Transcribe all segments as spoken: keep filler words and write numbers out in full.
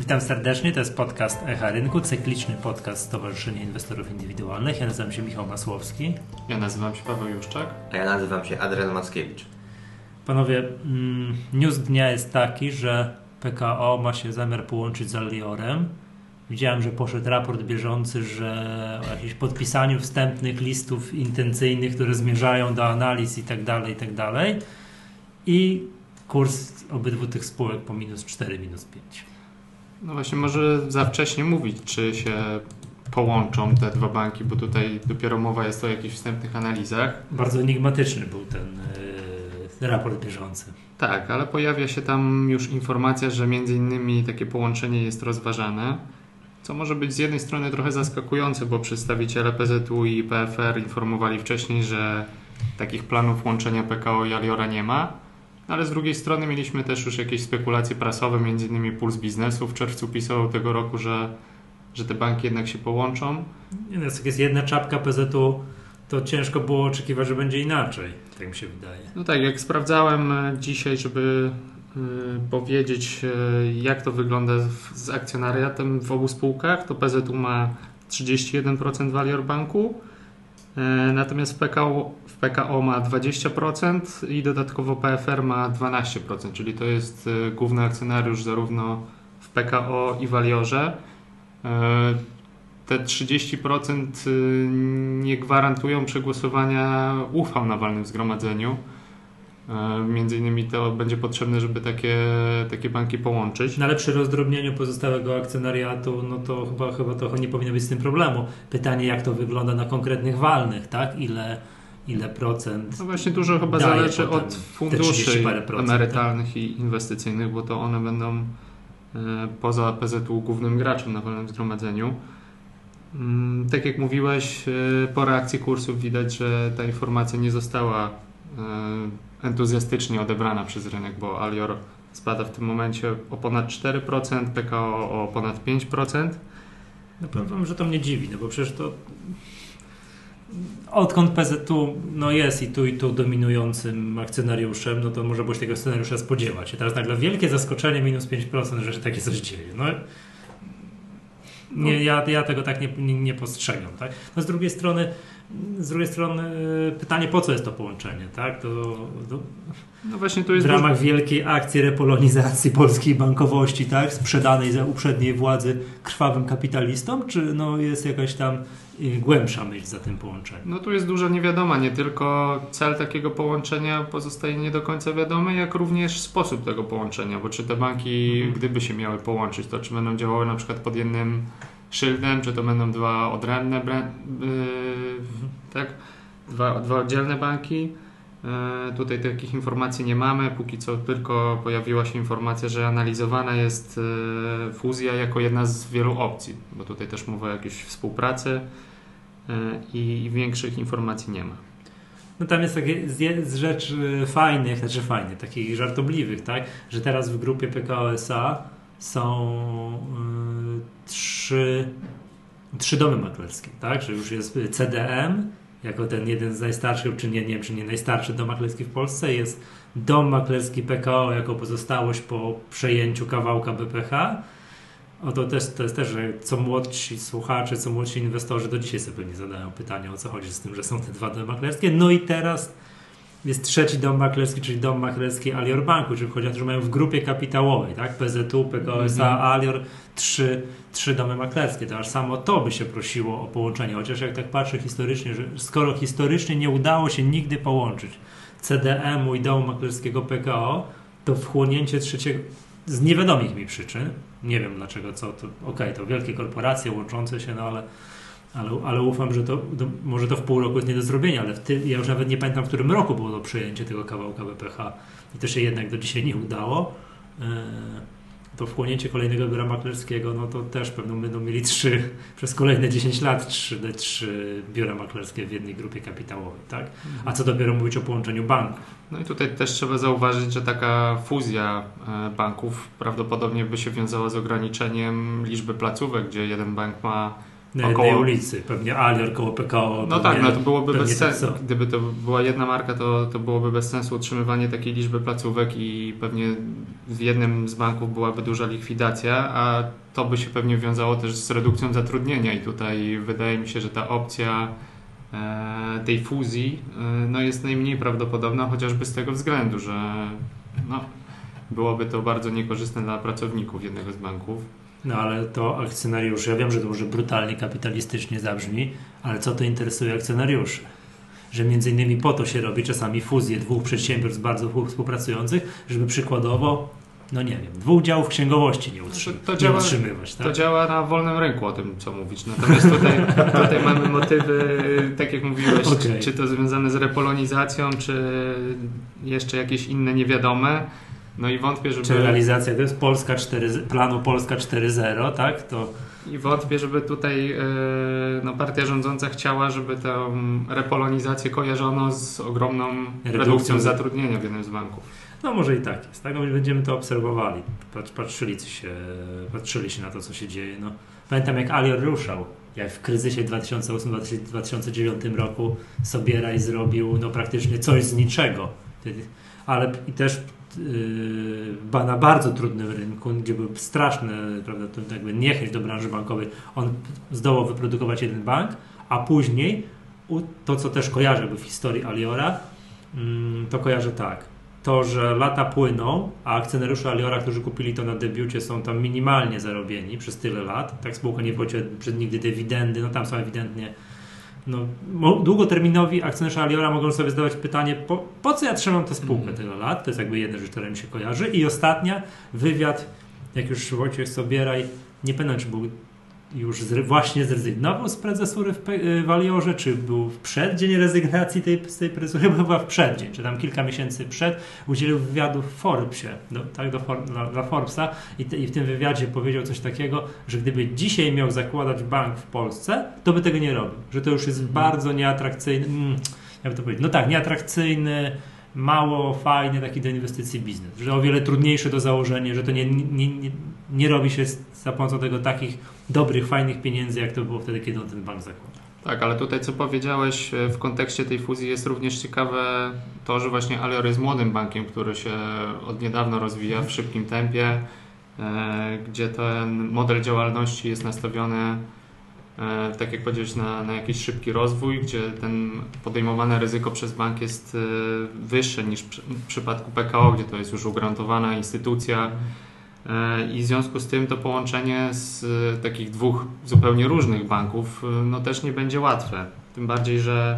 Witam serdecznie, to jest podcast Echa Rynku, cykliczny podcast Stowarzyszenia Inwestorów Indywidualnych. Ja nazywam się Michał Masłowski. Ja nazywam się Paweł Juszczak. A ja nazywam się Adrian Mackiewicz. Panowie, news dnia jest taki, że P K O ma się zamiar połączyć z Aliorem. Widziałem, że poszedł raport bieżący, że o jakimś podpisaniu wstępnych listów intencyjnych, które zmierzają do analiz i tak dalej, i tak dalej. I kurs obydwu tych spółek po minus cztery, minus pięć. No właśnie, może za wcześnie mówić, czy się połączą te dwa banki, bo tutaj dopiero mowa jest o jakichś wstępnych analizach. Bardzo enigmatyczny był ten yy, raport bieżący. Tak, ale pojawia się tam już informacja, że między innymi takie połączenie jest rozważane, co może być z jednej strony trochę zaskakujące, bo przedstawiciele P Z U i P F R informowali wcześniej, że takich planów łączenia P K O i Aliora nie ma. Ale z drugiej strony mieliśmy też już jakieś spekulacje prasowe, między innymi Puls Biznesu w czerwcu pisał tego roku, że, że te banki jednak się połączą. Nie, no, jak jest jedna czapka P Z U, to ciężko było oczekiwać, że będzie inaczej, tak mi się wydaje. No tak, jak sprawdzałem dzisiaj, żeby y, powiedzieć y, jak to wygląda w, z akcjonariatem w obu spółkach, to P Z U ma trzydzieści jeden procent w Alior Banku, y, natomiast w P K O W P K O ma dwadzieścia procent i dodatkowo P F R ma dwanaście procent, czyli to jest y, główny akcjonariusz zarówno w P K O i w Aliorze. Y, te trzydzieści procent y, nie gwarantują przegłosowania uchwał na walnym zgromadzeniu. Y, między innymi to będzie potrzebne, żeby takie, takie banki połączyć. No ale przy rozdrobnieniu pozostałego akcjonariatu, no to chyba, chyba to nie powinno być z tym problemu. Pytanie, jak to wygląda na konkretnych walnych, tak? Ile Ile procent? No właśnie dużo chyba zależy od funduszy emerytalnych tak? i inwestycyjnych, bo to one będą y, poza P Z U głównym graczem na walnym zgromadzeniu. Y, tak jak mówiłeś, y, po reakcji kursów widać, że ta informacja nie została y, entuzjastycznie odebrana przez rynek, bo Alior spada w tym momencie o ponad cztery procent, P K O o ponad pięć procent. No powiem, że to mnie dziwi, no bo przecież to odkąd P Z U no jest i tu i tu dominującym akcjonariuszem, no to można było się tego akcjonariusza spodziewać. I teraz nagle wielkie zaskoczenie, minus pięć procent, że się takie coś dzieje. No, nie, ja, ja tego tak nie, nie, nie postrzegam. Tak? No z drugiej strony z drugiej strony pytanie, po co jest to połączenie? Tak? To, to no właśnie tu jest w ramach dużo... wielkiej akcji repolonizacji polskiej bankowości, tak? Sprzedanej za uprzedniej władzy krwawym kapitalistom, czy no jest jakaś tam głębsza myśl za tym połączeniem? No tu jest duża niewiadoma, nie tylko cel takiego połączenia pozostaje nie do końca wiadomy, jak również sposób tego połączenia, bo czy te banki, mhm. gdyby się miały połączyć, to czy będą działały na przykład pod jednym szyldem, czy to będą dwa odrębne yy, mhm. tak? Dwa, dwa oddzielne banki. Yy, tutaj takich informacji nie mamy, póki co tylko pojawiła się informacja, że analizowana jest yy, fuzja jako jedna z wielu opcji, bo tutaj też mowa o jakiejś współpracy yy, i większych informacji nie ma. No tam jest takie z rzeczy fajnych, znaczy fajnych, takich żartobliwych, tak? Że teraz w grupie P K O S A są yy, trzy, trzy domy maklerskie, tak? Że już jest C D M jako ten jeden z najstarszych, czy nie, nie wiem, czy nie najstarszy dom maklerski w Polsce, jest dom maklerski P K O jako pozostałość po przejęciu kawałka B P H. O to, też, to jest też, że co młodsi słuchacze, co młodsi inwestorzy do dzisiaj sobie pewnie zadają pytanie, o co chodzi z tym, że są te dwa domy maklerskie. No i teraz jest trzeci dom maklerski, czyli dom maklerski Alior Banku, czyli chodzi o to, że mają w grupie kapitałowej, tak? P Z U, P K O S A, Alior, trzy, trzy domy maklerskie. To aż samo to by się prosiło o połączenie. Chociaż jak tak patrzę historycznie, że skoro historycznie nie udało się nigdy połączyć C D M-u i domu maklerskiego P K O, to wchłonięcie trzeciego z niewiadomych mi przyczyn, nie wiem dlaczego, co to, okej, okay, to wielkie korporacje łączące się, no ale Ale, ale ufam, że to, to może to w pół roku jest nie do zrobienia, ale w ty, ja już nawet nie pamiętam, w którym roku było to przejęcie tego kawałka B P H i to się jednak do dzisiaj nie udało. Yy, to wchłonięcie kolejnego biura maklerskiego, no to też pewno będą mieli trzy, przez kolejne dziesięć lat trzy, trzy biura maklerskie w jednej grupie kapitałowej, tak? A co dopiero mówić o połączeniu banków. No i tutaj też trzeba zauważyć, że taka fuzja banków prawdopodobnie by się wiązała z ograniczeniem liczby placówek, gdzie jeden bank ma na jednej około... ulicy, pewnie Alior koło P K O. No tak, no to byłoby bez sensu. Tak, gdyby to była jedna marka, to, to byłoby bez sensu utrzymywanie takiej liczby placówek i pewnie w jednym z banków byłaby duża likwidacja, a to by się pewnie wiązało też z redukcją zatrudnienia i tutaj wydaje mi się, że ta opcja e, tej fuzji e, no jest najmniej prawdopodobna, chociażby z tego względu, że no, byłoby to bardzo niekorzystne dla pracowników jednego z banków. No ale to akcjonariuszy, ja wiem, że to może brutalnie kapitalistycznie zabrzmi, ale co to interesuje akcjonariuszy? Że między innymi po to się robi czasami fuzję dwóch przedsiębiorstw bardzo współpracujących, żeby przykładowo, no nie wiem, dwóch działów księgowości nie, utrzy- to, to działa, nie utrzymywać. Tak? To działa na wolnym rynku, o tym co mówić. Natomiast tutaj, tutaj mamy motywy, tak jak mówiłeś, okay. czy, czy to związane z repolonizacją, czy jeszcze jakieś inne niewiadome. No i wątpię, żeby... Czy realizacja to jest Polska cztery, planu Polska cztery zero, tak? To... I wątpię, żeby tutaj yy, no, partia rządząca chciała, żeby tę repolonizację kojarzono z ogromną redukcją, redukcją zatrudnienia w jednym z banków. No może i tak jest, tak? No, będziemy to obserwowali, patrzyli się, patrzyli się na to, co się dzieje. No, pamiętam, jak Alior ruszał, jak w kryzysie dwa tysiące ósmym dwa tysiące dziewiątym roku Sobieraj zrobił no, praktycznie coś z niczego. Ale i też yy, na bardzo trudnym rynku, gdzie były straszne, prawda, to jakby niechęć do branży bankowej, on zdołał wyprodukować jeden bank, a później to, co też kojarzę w historii Aliora, yy, to kojarzę tak. To, że lata płyną, a akcjonariusze Aliora, którzy kupili to na debiucie, są tam minimalnie zarobieni przez tyle lat. Tak, spółka nie płaci przed nigdy dywidendy, no tam są ewidentnie no, długoterminowi akcjonariusze Aliora mogą sobie zadawać pytanie, po, po co ja trzymam tę spółkę mm. tyle lat? To jest jakby jedna rzecz, która mi się kojarzy. I ostatnia, wywiad, jak już Wojciech Sobieraj, nie pamiętam, czy był już zry, właśnie zrezygnował z prezesury w, w Aliorze, czy był w przeddzień rezygnacji tej, z tej prezesury, chyba była w przeddzień, czy tam kilka miesięcy przed, udzielił wywiadu w Forbesie, do, tak, do, dla, dla Forbesa i, te, i w tym wywiadzie powiedział coś takiego, że gdyby dzisiaj miał zakładać bank w Polsce, to by tego nie robił, że to już jest mm. bardzo nieatrakcyjny, mm, jak to powiedzieć, no tak, nieatrakcyjny, mało fajny taki do inwestycji biznes, że o wiele trudniejsze do założenia, że to nie, nie, nie, nie robi się za pomocą tego takich dobrych, fajnych pieniędzy, jak to było wtedy, kiedy on ten bank zakładał. Tak, ale tutaj co powiedziałeś w kontekście tej fuzji jest również ciekawe to, że właśnie Alior jest młodym bankiem, który się od niedawna rozwija w szybkim tempie, e, gdzie ten model działalności jest nastawiony E, tak jak powiedziałeś, na, na jakiś szybki rozwój, gdzie ten podejmowane ryzyko przez bank jest e, wyższe niż przy, w przypadku P K O, gdzie to jest już ugrantowana instytucja e, i w związku z tym to połączenie z e, takich dwóch zupełnie różnych banków e, no też nie będzie łatwe. Tym bardziej, że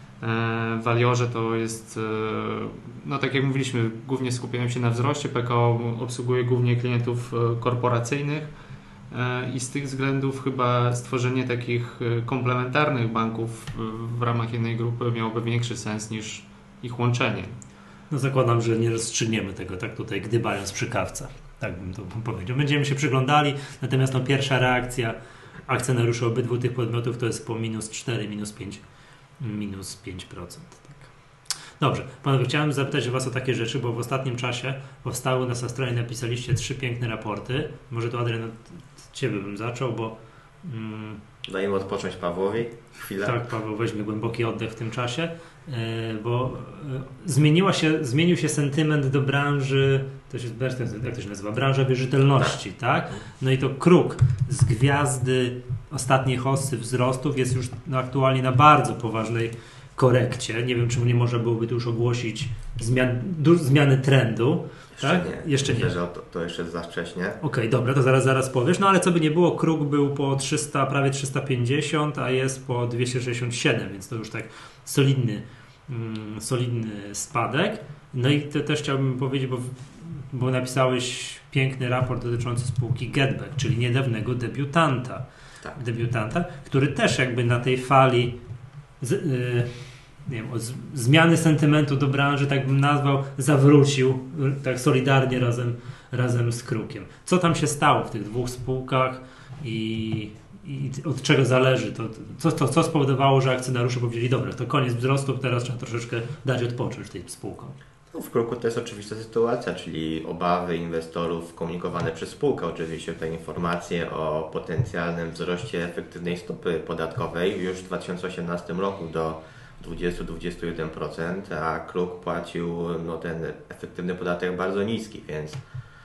e, w Aliorze to jest, e, no tak jak mówiliśmy, głównie skupiają się na wzroście, P K O obsługuje głównie klientów e, korporacyjnych, i z tych względów chyba stworzenie takich komplementarnych banków w ramach jednej grupy miałoby większy sens niż ich łączenie. No zakładam, że nie rozstrzygniemy tego tak tutaj gdybając przy kawce. Tak bym to powiedział. Będziemy się przyglądali, natomiast no pierwsza reakcja akcjonariuszy obydwu tych podmiotów to jest po minus cztery, minus pięć, minus pięć procent. Tak. Dobrze, panowie, chciałem zapytać Was o takie rzeczy, bo w ostatnim czasie powstały na stronie, napisaliście trzy piękne raporty. Może to Adrian, Ciebie bym zaczął, bo... Mm, Dajmy odpocząć Pawłowi chwilę. Tak, Paweł weźmie głęboki oddech w tym czasie, yy, bo yy, zmieniła się, zmienił się sentyment do branży, to się, jak to się nazywa, branża wierzytelności, tak? No i to kruk z gwiazdy ostatniej hossy wzrostów jest już no, aktualnie na bardzo poważnej korekcie. Nie wiem, czy nie można byłoby tu już ogłosić zmian, du, zmiany trendu. Jeszcze tak? nie. Jeszcze Myślę, nie. że to, to jeszcze za wcześnie. Okej, okay, dobra, to zaraz zaraz powiesz. No ale co by nie było, kruk był po trzysta, prawie trzysta pięćdziesiąt, a jest po dwieście sześćdziesiąt siedem, więc to już tak solidny, mm, solidny spadek. No i to też chciałbym powiedzieć, bo, bo napisałeś piękny raport dotyczący spółki Getback, czyli niedawnego debiutanta. Tak. Debiutanta, który też jakby na tej fali z, yy, nie wiem, z, zmiany sentymentu do branży, tak bym nazwał, zawrócił tak solidarnie razem, razem z Krukiem. Co tam się stało w tych dwóch spółkach i, i od czego zależy? To, co, to, co spowodowało, że akcjonariusze powiedzieli, dobra, to koniec wzrostów, teraz trzeba troszeczkę dać odpocząć tej spółkom? No, w Kruku to jest oczywista sytuacja, czyli obawy inwestorów komunikowane przez spółkę, oczywiście te informacje o potencjalnym wzroście efektywnej stopy podatkowej już w dwa tysiące osiemnastym roku do dwadzieścia do dwudziestu jeden procent, a Kruk płacił no, ten efektywny podatek bardzo niski, więc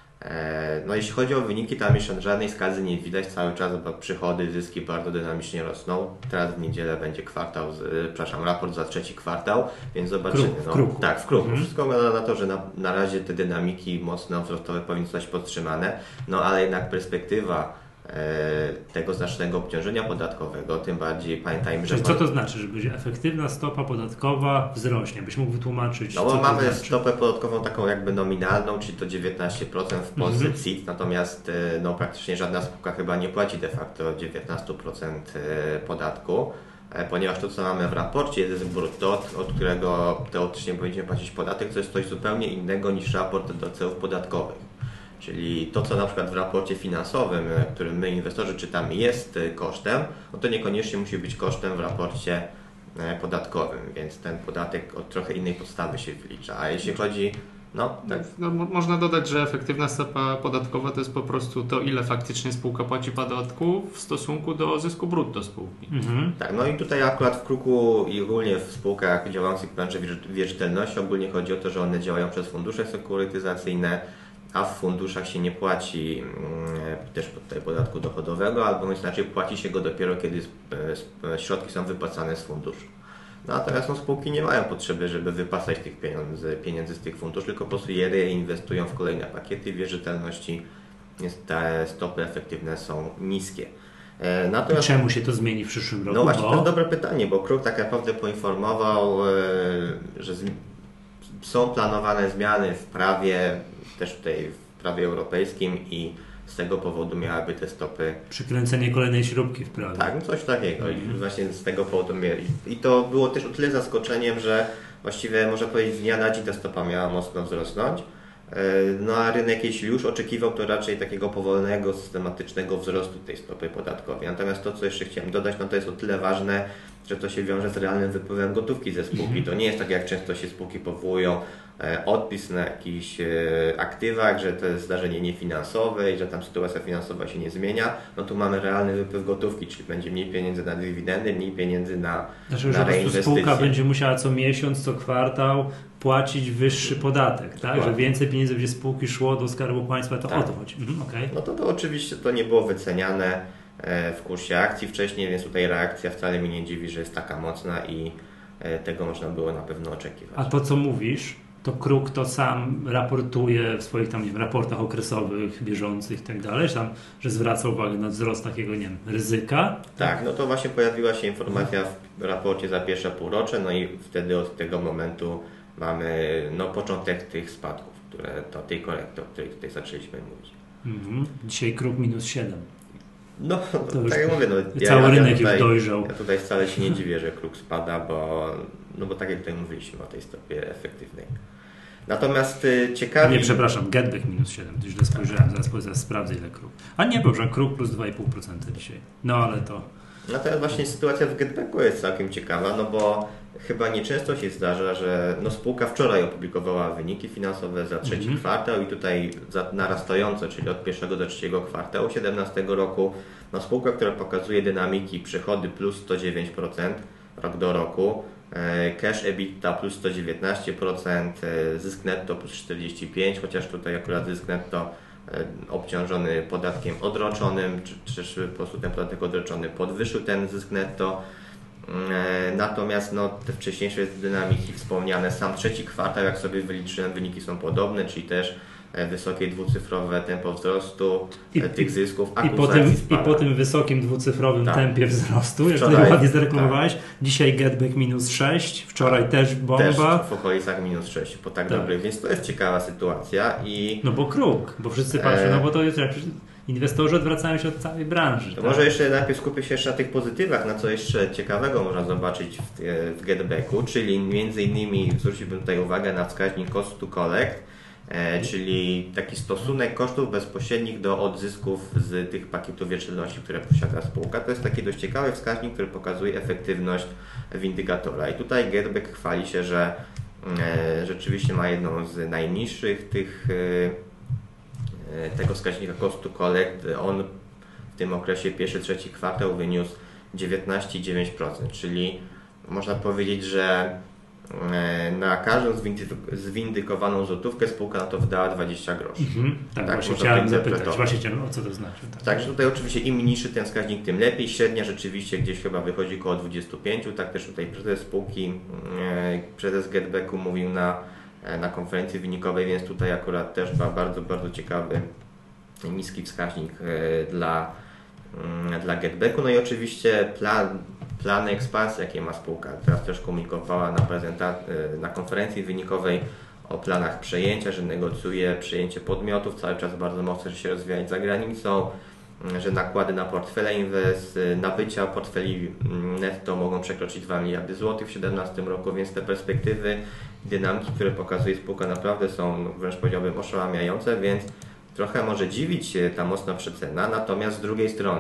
e, no, jeśli chodzi o wyniki, tam jeszcze żadnej skazy nie widać cały czas, bo przychody, zyski bardzo dynamicznie rosną. Teraz w niedzielę będzie kwartał, z, przepraszam, raport za trzeci kwartał, więc zobaczymy. Kruk, w no, Kruku. Tak, w Kruku. Mhm. Wszystko wygląda na to, że na, na razie te dynamiki mocno wzrostowe powinny zostać podtrzymane, no ale jednak perspektywa tego znacznego obciążenia podatkowego, tym bardziej pamiętajmy, że... Czyli co to znaczy, że będzie efektywna stopa podatkowa wzrośnie? Byś mógł wytłumaczyć, No co bo to mamy znaczy? stopę podatkową taką jakby nominalną, czyli to dziewiętnaście procent w Polsce Mhm. C I T, natomiast no, praktycznie żadna spółka chyba nie płaci de facto dziewiętnaście procent podatku, ponieważ to, co mamy w raporcie, jest brutto, od, od którego teoretycznie powinniśmy płacić podatek, to jest coś zupełnie innego niż raport do celów podatkowych. Czyli to, co na przykład w raporcie finansowym, którym my inwestorzy czytamy, jest kosztem, no to niekoniecznie musi być kosztem w raporcie podatkowym, więc ten podatek od trochę innej podstawy się wlicza. A jeśli chodzi... No, tak. No, mo- można dodać, że efektywna stopa podatkowa to jest po prostu to, ile faktycznie spółka płaci podatku w stosunku do zysku brutto spółki. Mhm. Tak, no i tutaj akurat w Kruku i ogólnie w spółkach działających w branży wierz- wierzytelności ogólnie chodzi o to, że one działają przez fundusze sekurytyzacyjne, a w funduszach się nie płaci mm, też tutaj podatku dochodowego, albo mówiąc inaczej, płaci się go dopiero kiedy e, środki są wypłacane z funduszu. No a teraz no, spółki nie mają potrzeby, żeby wypłacać tych pieniędzy, pieniędzy z tych funduszy, tylko po prostu je reinwestują w kolejne pakiety wierzytelności, więc te stopy efektywne są niskie. E, I natomiast czemu się to zmieni w przyszłym roku? no właśnie, Bo... to jest dobre pytanie, bo Kruk tak naprawdę poinformował, e, że z, są planowane zmiany w prawie, też tutaj w prawie europejskim i z tego powodu miałyby te stopy... Przykręcenie kolejnej śrubki w prawie. Tak, no coś takiego. Mhm. I właśnie z tego powodu mieli. I to było też o tyle zaskoczeniem, że właściwie można powiedzieć z dnia na dzień ta stopa miała mocno wzrosnąć. No a rynek, jeśli już oczekiwał, to raczej takiego powolnego, systematycznego wzrostu tej stopy podatkowej. Natomiast to, co jeszcze chciałem dodać, no to jest o tyle ważne, że to się wiąże z realnym wypływem gotówki ze spółki. Mhm. To nie jest tak, jak często się spółki powołują, e, odpis na jakichś e, aktywach, że to jest zdarzenie niefinansowe i że tam sytuacja finansowa się nie zmienia. No tu mamy realny wypływ gotówki, czyli będzie mniej pieniędzy na dywidendy, mniej pieniędzy na, Znaczy, na że po prostu reinwestycje. spółka będzie musiała co miesiąc, co kwartał płacić wyższy podatek, tak? Dokładnie. Że więcej pieniędzy będzie spółki szło do Skarbu Państwa, to Tak. o to chodzi. Mhm, okay. No to, to oczywiście to nie było wyceniane e, w kursie akcji wcześniej, więc tutaj reakcja wcale mnie nie dziwi, że jest taka mocna i e, tego można było na pewno oczekiwać. A to, co mówisz, to Kruk to sam raportuje w swoich tam, nie wiem, raportach okresowych, bieżących i tak dalej, że tam, że zwraca uwagę na wzrost takiego, nie wiem, ryzyka. Tak, no to właśnie pojawiła się informacja w raporcie za pierwsze półrocze, no i wtedy od tego momentu mamy no, początek tych spadków, które to tej korekty, o której tutaj zaczęliśmy mówić. Mhm. Dzisiaj Kruk minus siedem. No, To już tak jak mówię, no, ja, cały ja, rynek ja tutaj, już dojrzał. Ja tutaj wcale się nie dziwię, że Kruk spada, bo, no bo tak jak tutaj mówiliśmy o tej stopie efektywnej. Natomiast y, ciekawi... Nie, przepraszam, Getback minus siedem, to źle spojrzałem, zaraz, zaraz sprawdzę ile Kruk. A nie, dobrze, Kruk plus dwa i pół procent dzisiaj. No ale to... Natomiast właśnie sytuacja w Getbacku jest całkiem ciekawa, no bo chyba nieczęsto się zdarza, że no spółka wczoraj opublikowała wyniki finansowe za trzeci Mhm. kwartał i tutaj za narastająco, czyli od pierwszego do trzeciego kwartału siedemnastego roku, no spółka, która pokazuje dynamiki przychody plus sto dziewięć procent rok do roku, e, cash EBITDA plus sto dziewiętnaście procent, e, zysk netto plus czterdzieści pięć procent, chociaż tutaj akurat zysk netto e, obciążony podatkiem odroczonym, czy, czy też po prostu ten podatek odroczony podwyższył ten zysk netto. E, Natomiast no, te wcześniejsze dynamiki wspomniane, sam trzeci kwartał, jak sobie wyliczyłem, wyniki są podobne, czyli też e, wysokie dwucyfrowe tempo wzrostu I- e, tych zysków, I po, tym, I po tym wysokim dwucyfrowym Tak. tempie wzrostu, jak Wczoraj- tutaj ładnie zareklamowałeś, dzisiaj Getback minus sześć, wczoraj Tak. też też bomba. w okolicach minus sześć, po tak, Tak. dobrych, więc to jest ciekawa sytuacja i No bo Kruk, bo wszyscy patrzą, E. no bo to jest jak inwestorzy odwracają się od całej branży. to tak? może jeszcze najpierw skupię się jeszcze na tych pozytywach, na co jeszcze ciekawego można zobaczyć w, w Getbacku, czyli między innymi zwróciłbym tutaj uwagę na wskaźnik cost to collect, e, czyli taki stosunek kosztów bezpośrednich do odzysków z tych pakietów wierzytelności, które posiada spółka. To jest taki dość ciekawy wskaźnik, który pokazuje efektywność windykatora. I tutaj Getback chwali się, że rzeczywiście ma jedną z najniższych tych tego wskaźnika cost to collect. On w tym okresie pierwszy, trzeci kwartał wyniósł dziewiętnaście przecinek dziewięć procent, czyli można powiedzieć, że na każdą zwindykowaną złotówkę spółka na to wydała dwadzieścia groszy. Mhm, tak, tak, właśnie chciałem zapytać, właśnie chciałem, o co to znaczy. Tak. Także tutaj oczywiście im niższy ten wskaźnik, tym lepiej. Średnia rzeczywiście gdzieś chyba wychodzi około dwadzieścia pięć. Tak też tutaj prezes spółki, prezes Getbacku mówił na, na konferencji wynikowej, więc tutaj akurat też bardzo, bardzo ciekawy, niski wskaźnik dla, dla Getbacku. No i oczywiście plan plany ekspansji, jakie ma spółka. Teraz też komunikowała na, prezenta- na konferencji wynikowej o planach przejęcia, że negocjuje przejęcie podmiotów, cały czas bardzo mocno się rozwijać za granicą, że nakłady na portfele inwest, nabycia portfeli netto mogą przekroczyć dwa miliardy złotych w dwa tysiące siedemnastym roku, więc te perspektywy, dynamiki, które pokazuje spółka, naprawdę są, wręcz powiedziałbym, oszałamiające, więc trochę może dziwić ta mocna przecena, natomiast z drugiej strony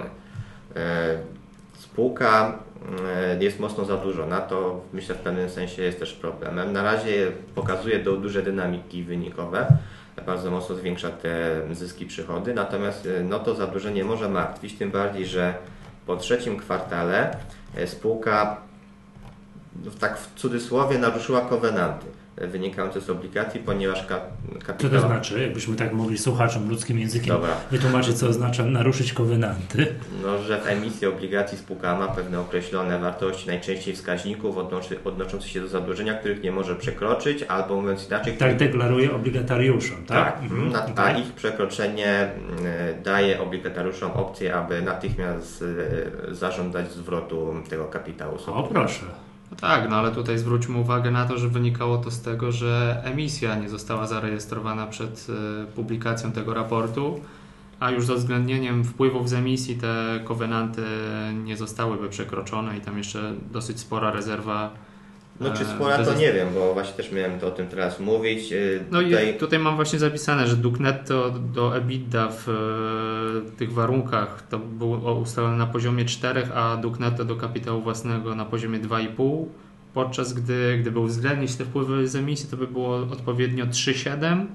spółka jest mocno zadłużona, to myślę w pewnym sensie jest też problemem. Na razie pokazuje do duże dynamiki wynikowe, bardzo mocno zwiększa te zyski, przychody, natomiast no, to zadłużenie może martwić, tym bardziej, że po trzecim kwartale spółka tak w cudzysłowie naruszyła kowenanty wynikające z obligacji, ponieważ kapitał... Co to znaczy? Jakbyśmy tak mogli słuchaczom ludzkim językiem Dobra. wytłumaczyć, co oznacza naruszyć kowenanty. No, że w emisji obligacji spółka ma pewne określone wartości, najczęściej wskaźników odnoszy, odnoszących się do zadłużenia, których nie może przekroczyć, albo mówiąc inaczej... Tak których... deklaruje obligatariuszom, tak? Tak, mhm. a, a ich przekroczenie daje obligatariuszom opcję, aby natychmiast zażądać zwrotu tego kapitału. O, proszę. No tak, no ale tutaj zwróćmy uwagę na to, że wynikało to z tego, że emisja nie została zarejestrowana przed publikacją tego raportu, a już z uwzględnieniem wpływów z emisji te kowenanty nie zostałyby przekroczone i tam jeszcze dosyć spora rezerwa. No czy spora to nie wiem, bo właśnie też miałem to o tym teraz mówić. No tutaj... i tutaj mam właśnie zapisane, że dług netto do EBITDA w tych warunkach to było ustalone na poziomie cztery, a dług netto do kapitału własnego na poziomie dwa i pół, podczas gdy gdyby uwzględnić te wpływy z emisji, to by było odpowiednio trzy przecinek siedem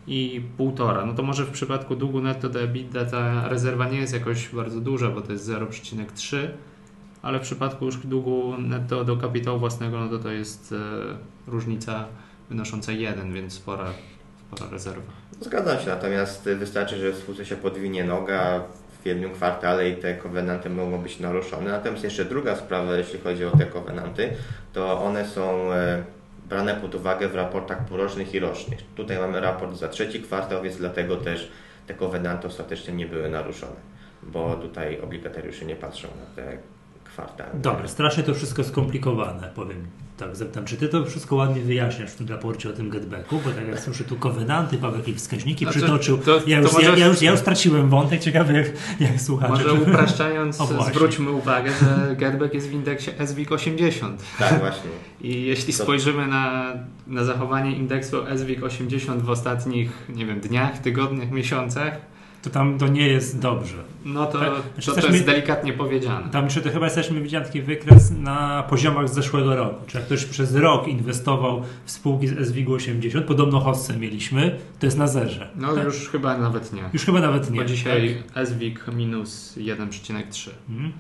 i półtora. No to może w przypadku długu netto do EBITDA ta rezerwa nie jest jakoś bardzo duża, bo to jest zero przecinek trzy, ale w przypadku już długu netto do kapitału własnego, no to to jest e, różnica wynosząca jeden, więc spora, spora rezerwa. Zgadzam się, natomiast wystarczy, że w spółce się podwinie noga w jednym kwartale i te kowenanty mogą być naruszone. Natomiast jeszcze druga sprawa, jeśli chodzi o te kowenanty, to one są e, brane pod uwagę w raportach półrocznych i rocznych. Tutaj mamy raport za trzeci kwartał, więc dlatego też te kowenanty ostatecznie nie były naruszone, bo tutaj obligatariusze nie patrzą na te kwartalne. Dobra, strasznie to wszystko skomplikowane, powiem tak, zapytam, czy ty to wszystko ładnie wyjaśniasz w tym raporcie o tym Getbacku, bo tak jak słyszę tu kowenanty, Paweł jakieś wskaźniki znaczy, przytoczył, to, to, ja, już, to możesz... ja, ja, już, ja już straciłem wątek, ciekawy jak, jak słuchacze. Może upraszczając zwróćmy uwagę, że Getback jest w indeksie S W I X osiemdziesiąt. Tak, właśnie. I jeśli to... spojrzymy na, na zachowanie indeksu S W I X osiemdziesiąt w ostatnich, nie wiem, dniach, tygodniach, miesiącach, to tam to nie jest dobrze. No to, tak? to, to jest mi, delikatnie powiedziane. Tam jeszcze to chyba jesteśmy widziałem taki wykres na poziomach z zeszłego roku. Czy jak ktoś przez rok inwestował w spółki z S W I X osiemdziesiąt, podobno Hossę mieliśmy, to jest na zerze. No tak? Już chyba nawet nie. Już chyba nawet nie. Bo dzisiaj tak? S W I X minus jeden przecinek trzy. Hmm.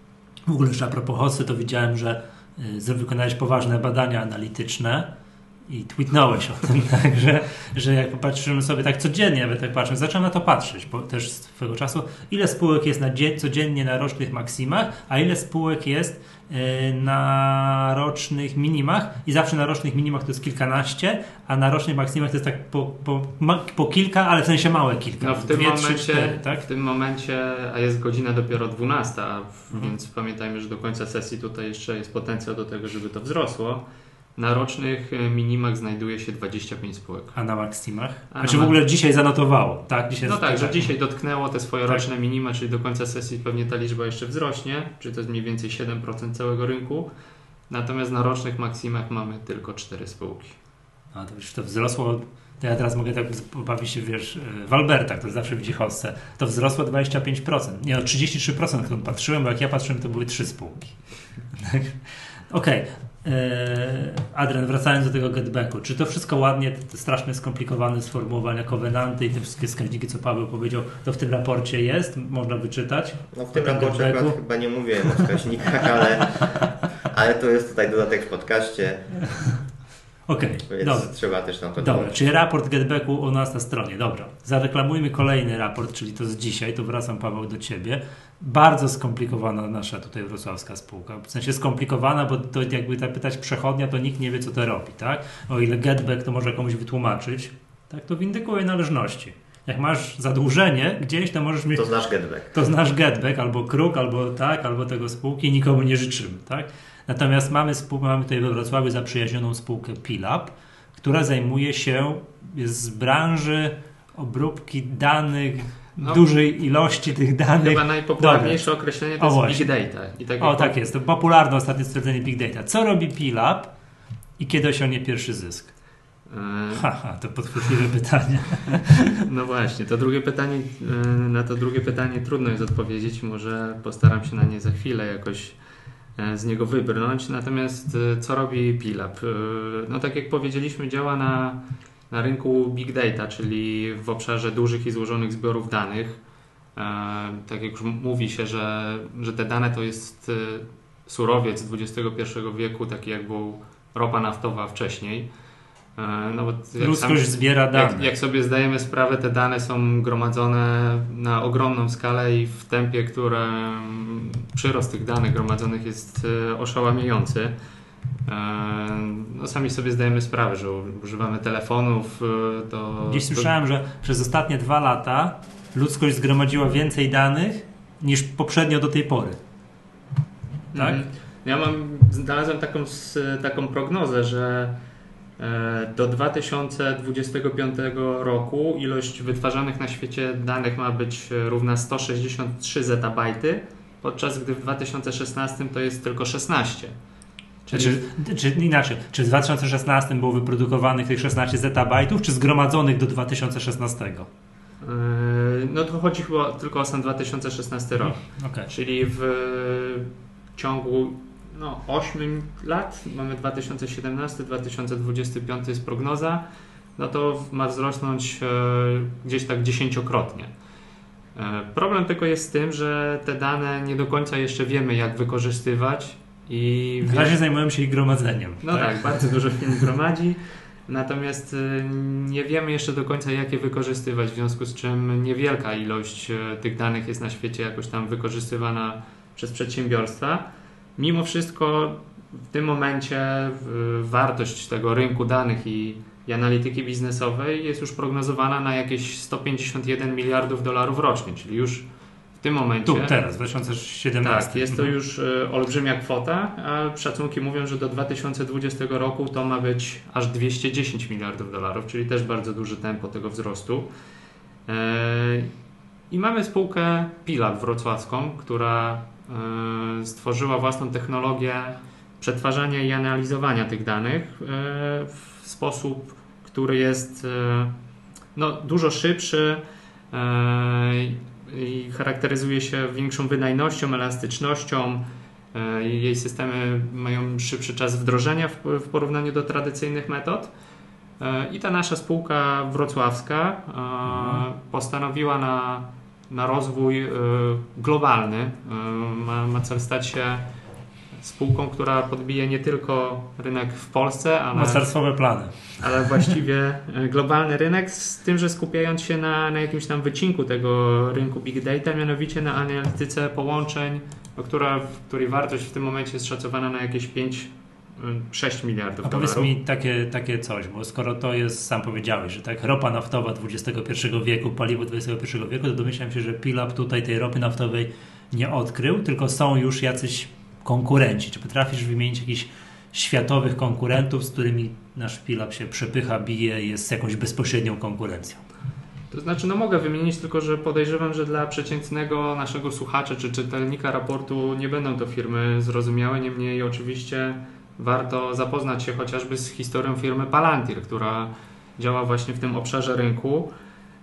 W ogóle jeszcze a propos Hossy, to widziałem, że y, wykonałeś poważne badania analityczne i tweetnąłeś o tym, tak, że, że jak popatrzymy sobie tak codziennie, nawet tak patrzymy, zacząłem na to patrzeć, bo też z swego czasu, ile spółek jest na dzie- codziennie na rocznych maksimach, a ile spółek jest yy, na rocznych minimach i zawsze na rocznych minimach to jest kilkanaście, a na rocznych maksimach to jest tak po, po, ma, po kilka, ale w sensie małe kilka. No w tym, dwie, momencie, trzy, cztery, tak? w tym momencie, a jest godzina dopiero dwunasta, mhm. więc pamiętajmy, że do końca sesji tutaj jeszcze jest potencjał do tego, żeby to wzrosło. Na rocznych minimach znajduje się dwadzieścia pięć spółek. A na maksimach? A znaczy w ogóle dzisiaj zanotowało, tak? Dzisiaj no tak, że dzisiaj dotknęło te swoje tak. roczne minima, czyli do końca sesji pewnie ta liczba jeszcze wzrośnie, czyli to jest mniej więcej siedem procent całego rynku. Natomiast na rocznych maksimach mamy tylko cztery spółki. A to już to wzrosło, to ja teraz mogę tak pobawić się, wiesz, w Albertach, to zawsze widzi Hossę. To wzrosło dwadzieścia pięć procent. Nie, o trzydzieści trzy procent, jak patrzyłem, bo jak ja patrzyłem, to były trzy spółki. Okej. Okay. Adrian, wracając do tego getbacku, czy to wszystko ładnie, te strasznie skomplikowane sformułowania, kowenanty i te wszystkie wskaźniki, co Paweł powiedział, to w tym raporcie jest? Można wyczytać? No w tym raporcie akurat chyba nie mówię o wskaźnikach, ale, ale to jest tutaj dodatek w podcaście. Okej, okay, dobra. Trzeba też tam to Dobra, dołożyć. czyli raport getbacku u nas na stronie. Dobra, zareklamujmy kolejny raport, czyli to z dzisiaj, to wracam, Paweł, do Ciebie. Bardzo skomplikowana nasza tutaj wrocławska spółka. W sensie skomplikowana, bo to jakby tak pytać przechodnia, to nikt nie wie, co to robi, tak? O ile getback to może komuś wytłumaczyć, tak, to windykuje należności. Jak masz zadłużenie gdzieś, to możesz mieć... To znasz getback. To znasz getback, albo kruk, albo tak, albo tego spółki, nikomu nie życzymy, tak? Natomiast mamy, spół- mamy tutaj we Wrocławiu zaprzyjaźnioną spółkę P-Lab, która zajmuje się jest z branży obróbki danych, no, dużej ilości tych danych. Chyba najpopularniejsze Dobra. określenie to o, jest Big Data. I tak o jak... tak jest, to popularne ostatnie stwierdzenie Big Data. Co robi P-Lab i kiedy osiągnie pierwszy zysk? Haha, to podchwytliwe pytanie. No właśnie, to drugie pytanie, na to drugie pytanie trudno jest odpowiedzieć, może postaram się na nie za chwilę jakoś z niego wybrnąć. Natomiast co robi P-Lab? No tak jak powiedzieliśmy, działa na, na rynku Big Data, czyli w obszarze dużych i złożonych zbiorów danych. Tak jak już mówi się, że, że te dane to jest surowiec dwudziestego pierwszego wieku, taki jak był ropa naftowa wcześniej. No bo Ludzkość sam, zbiera dane. Jak, jak sobie zdajemy sprawę, te dane są gromadzone na ogromną skalę i w tempie, które przyrost tych danych gromadzonych jest oszałamiający. No sami sobie zdajemy sprawę, że używamy telefonów. To, Gdzieś to... słyszałem, że przez ostatnie dwa lata ludzkość zgromadziła więcej danych niż poprzednio do tej pory. Tak? Mhm. Ja mam, znalazłem taką, taką prognozę, że do dwa tysiące dwudziestego piątego roku ilość wytwarzanych na świecie danych ma być równa sto sześćdziesiąt trzy zetabajty, podczas gdy w dwa tysiące szesnastym to jest tylko szesnaście. Czyli... Czy, czy inaczej, czy w dwa tysiące szesnastym było wyprodukowanych tych szesnaście zetabajtów, czy zgromadzonych do dwa tysiące szesnastego? No to chodzi chyba tylko o sam dwa tysiące szesnasty rok. Okay. Czyli w ciągu no, osiem lat, mamy dwa tysiące siedemnasty dwa tysiące dwudziesty piąty jest prognoza, no to ma wzrosnąć e, gdzieś tak dziesięciokrotnie. E, problem tylko jest z tym, że te dane nie do końca jeszcze wiemy, jak wykorzystywać. I w razie zajmujemy się ich gromadzeniem. No tak, tak bardzo dużo firm gromadzi, natomiast e, nie wiemy jeszcze do końca, jak je wykorzystywać, w związku z czym niewielka ilość e, tych danych jest na świecie jakoś tam wykorzystywana przez przedsiębiorstwa. Mimo wszystko w tym momencie wartość tego rynku danych i, i analityki biznesowej jest już prognozowana na jakieś sto pięćdziesiąt jeden miliardów dolarów rocznie, czyli już w tym momencie... Tu, teraz, dwa tysiące siedemnasty. Tak, jest to już olbrzymia kwota, a szacunki mówią, że do dwa tysiące dwudziestego roku to ma być aż dwieście dziesięć miliardów dolarów, czyli też bardzo duże tempo tego wzrostu. I mamy spółkę P-Lab wrocławską, która stworzyła własną technologię przetwarzania i analizowania tych danych w sposób, który jest no, dużo szybszy i charakteryzuje się większą wydajnością, elastycznością. Jej systemy mają szybszy czas wdrożenia w porównaniu do tradycyjnych metod. I ta nasza spółka wrocławska postanowiła na na rozwój y, globalny. Y, ma, ma cel stać się spółką, która podbije nie tylko rynek w Polsce, ale, mocarstwowe plany. ale właściwie globalny rynek, z tym, że skupiając się na, na jakimś tam wycinku tego rynku Big Data, mianowicie na analityce połączeń, która, której wartość w tym momencie jest szacowana na jakieś pięć sześć miliardów A powiedz dolarów. mi takie, takie coś, bo skoro to jest, sam powiedziałeś, że tak ropa naftowa dwudziestego pierwszego wieku, paliwo dwudziestego pierwszego wieku, to domyślam się, że P-Lab tutaj tej ropy naftowej nie odkrył, tylko są już jacyś konkurenci. Czy potrafisz wymienić jakichś światowych konkurentów, z którymi nasz P-Lab się przepycha, bije, jest jakąś bezpośrednią konkurencją? To znaczy, no mogę wymienić, tylko że podejrzewam, że dla przeciętnego naszego słuchacza czy czytelnika raportu nie będą to firmy zrozumiałe, niemniej oczywiście warto zapoznać się chociażby z historią firmy Palantir, która działa właśnie w tym obszarze rynku.